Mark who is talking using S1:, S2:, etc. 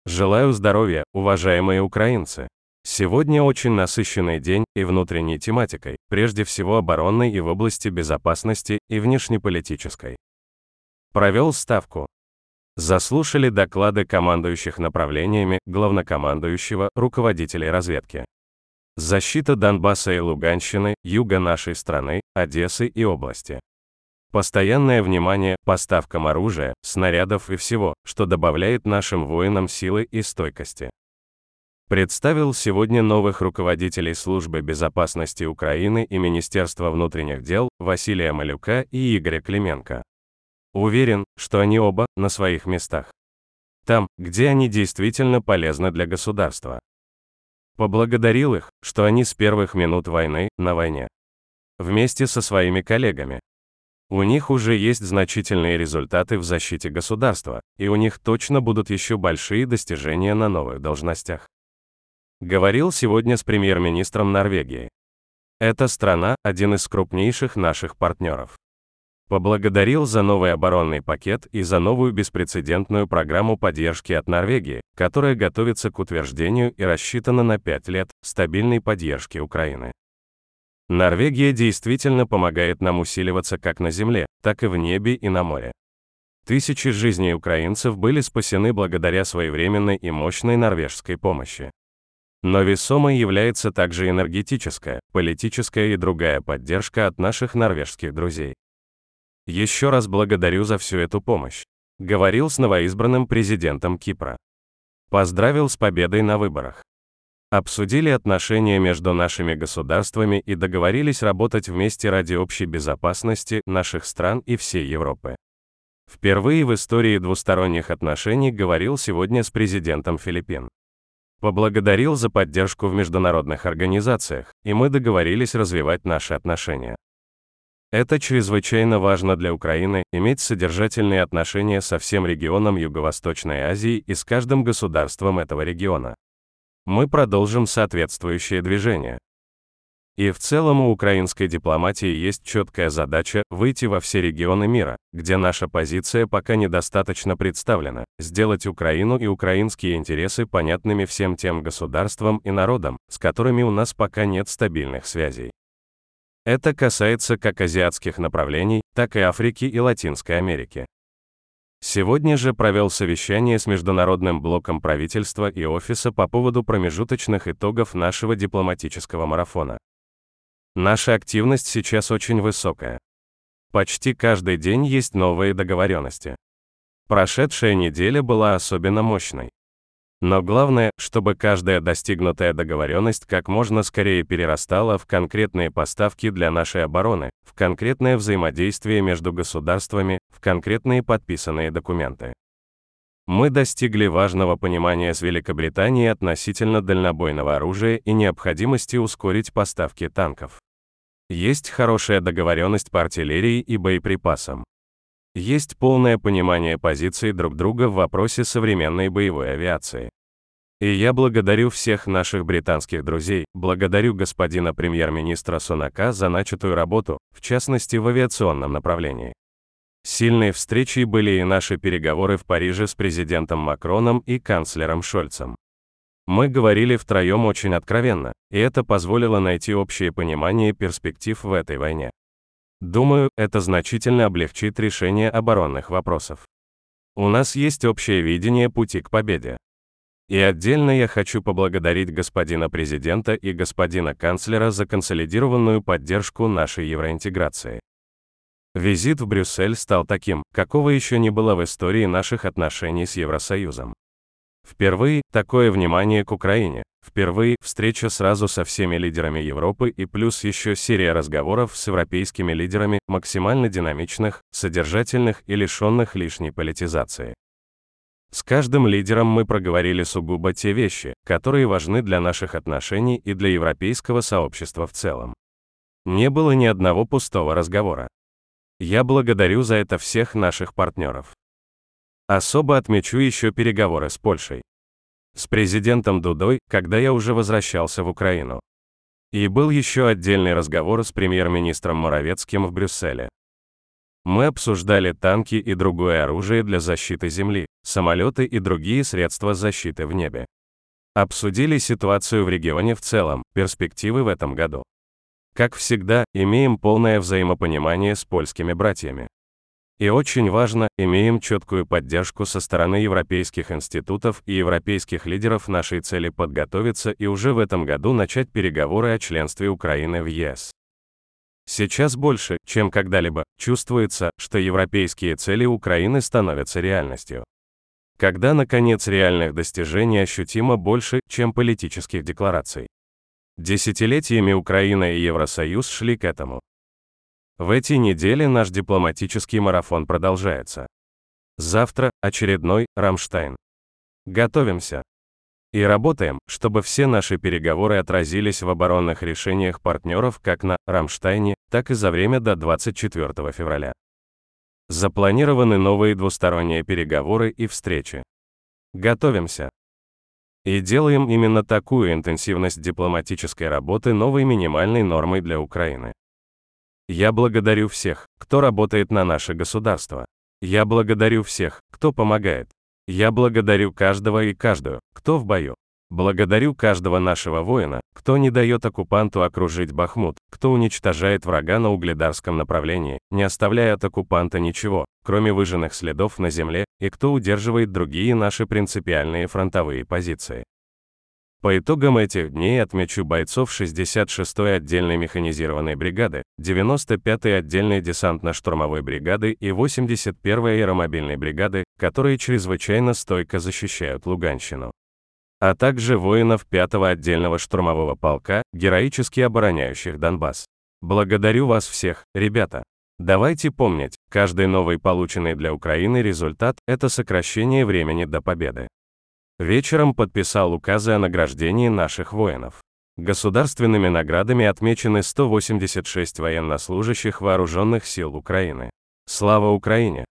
S1: Желаю здоровья, уважаемые украинцы! Сегодня очень насыщенный день и внутренней тематикой, прежде всего оборонной и в области безопасности и внешнеполитической. Провел ставку. Заслушали доклады командующих направлениями, главнокомандующего, руководителей разведки. Защита Донбасса и Луганщины, юга нашей страны, Одессы и области. Постоянное внимание поставкам оружия, снарядов и всего, что добавляет нашим воинам силы и стойкости. Представил сегодня новых руководителей Службы безопасности Украины и Министерства внутренних дел Василия Малюка и Игоря Клименко. Уверен, что они оба на своих местах. Там, где они действительно полезны для государства. Поблагодарил их, что они с первых минут войны на войне. Вместе со своими коллегами. У них уже есть значительные результаты в защите государства, и у них точно будут еще большие достижения на новых должностях. Говорил сегодня с премьер-министром Норвегии. Эта страна – один из крупнейших наших партнеров. Поблагодарил за новый оборонный пакет и за новую беспрецедентную программу поддержки от Норвегии, которая готовится к утверждению и рассчитана на 5 лет стабильной поддержки Украины. Норвегия действительно помогает нам усиливаться как на земле, так и в небе и на море. Тысячи жизней украинцев были спасены благодаря своевременной и мощной норвежской помощи. Но весомой является также энергетическая, политическая и другая поддержка от наших норвежских друзей. Еще раз благодарю за всю эту помощь. Говорил с новоизбранным президентом Кипра. Поздравил с победой на выборах. Обсудили отношения между нашими государствами и договорились работать вместе ради общей безопасности наших стран и всей Европы. Впервые в истории двусторонних отношений говорил сегодня с президентом Филиппин. Поблагодарил за поддержку в международных организациях, и мы договорились развивать наши отношения. Это чрезвычайно важно для Украины, иметь содержательные отношения со всем регионом Юго-Восточной Азии и с каждым государством этого региона. Мы продолжим соответствующее движение. И в целом у украинской дипломатии есть четкая задача выйти во все регионы мира, где наша позиция пока недостаточно представлена, сделать Украину и украинские интересы понятными всем тем государствам и народам, с которыми у нас пока нет стабильных связей. Это касается как азиатских направлений, так и Африки и Латинской Америки. Сегодня же провел совещание с Международным блоком правительства и офиса по поводу промежуточных итогов нашего дипломатического марафона. Наша активность сейчас очень высокая. Почти каждый день есть новые договоренности. Прошедшая неделя была особенно мощной. Но главное, чтобы каждая достигнутая договоренность как можно скорее перерастала в конкретные поставки для нашей обороны, в конкретное взаимодействие между государствами, в конкретные подписанные документы. Мы достигли важного понимания с Великобританией относительно дальнобойного оружия и необходимости ускорить поставки танков. Есть хорошая договоренность по артиллерии и боеприпасам. Есть полное понимание позиций друг друга в вопросе современной боевой авиации. И я благодарю всех наших британских друзей, благодарю господина премьер-министра Сунака за начатую работу, в частности в авиационном направлении. Сильной встречей были и наши переговоры в Париже с президентом Макроном и канцлером Шольцем. Мы говорили втроем очень откровенно, и это позволило найти общее понимание перспектив в этой войне. Думаю, это значительно облегчит решение оборонных вопросов. У нас есть общее видение пути к победе. И отдельно я хочу поблагодарить господина президента и господина канцлера за консолидированную поддержку нашей евроинтеграции. Визит в Брюссель стал таким, какого еще не было в истории наших отношений с Евросоюзом. Впервые такое внимание к Украине, впервые встреча сразу со всеми лидерами Европы и плюс еще серия разговоров с европейскими лидерами, максимально динамичных, содержательных и лишенных лишней политизации. С каждым лидером мы проговорили сугубо те вещи, которые важны для наших отношений и для европейского сообщества в целом. Не было ни одного пустого разговора. Я благодарю за это всех наших партнеров. Особо отмечу еще переговоры с Польшей. С президентом Дудой, когда я уже возвращался в Украину. И был еще отдельный разговор с премьер-министром Моровецким в Брюсселе. Мы обсуждали танки и другое оружие для защиты земли, самолеты и другие средства защиты в небе. Обсудили ситуацию в регионе в целом, перспективы в этом году. Как всегда, имеем полное взаимопонимание с польскими братьями. И очень важно, имеем четкую поддержку со стороны европейских институтов и европейских лидеров нашей цели подготовиться и уже в этом году начать переговоры о членстве Украины в ЕС. Сейчас больше, чем когда-либо, чувствуется, что европейские цели Украины становятся реальностью. Когда, наконец, реальных достижений ощутимо больше, чем политических деклараций. Десятилетиями Украина и Евросоюз шли к этому. В эти недели наш дипломатический марафон продолжается. Завтра очередной Рамштайн. Готовимся. И работаем, чтобы все наши переговоры отразились в оборонных решениях партнеров как на Рамштайне, так и за время до 24 февраля. Запланированы новые двусторонние переговоры и встречи. Готовимся. И делаем именно такую интенсивность дипломатической работы новой минимальной нормой для Украины. Я благодарю всех, кто работает на наше государство. Я благодарю всех, кто помогает. Я благодарю каждого и каждую, кто в бою. Благодарю каждого нашего воина, кто не дает оккупанту окружить Бахмут, кто уничтожает врага на угледарском направлении, не оставляя от оккупанта ничего, кроме выжженных следов на земле, и кто удерживает другие наши принципиальные фронтовые позиции. По итогам этих дней отмечу бойцов 66-й отдельной механизированной бригады, 95-й отдельной десантно-штурмовой бригады и 81-й аэромобильной бригады, которые чрезвычайно стойко защищают Луганщину. А также воинов 5-го отдельного штурмового полка, героически обороняющих Донбасс. Благодарю вас всех, ребята. Давайте помнить, каждый новый полученный для Украины результат – это сокращение времени до победы. Вечером подписал указы о награждении наших воинов. Государственными наградами отмечены 186 военнослужащих Вооруженных сил Украины. Слава Украине!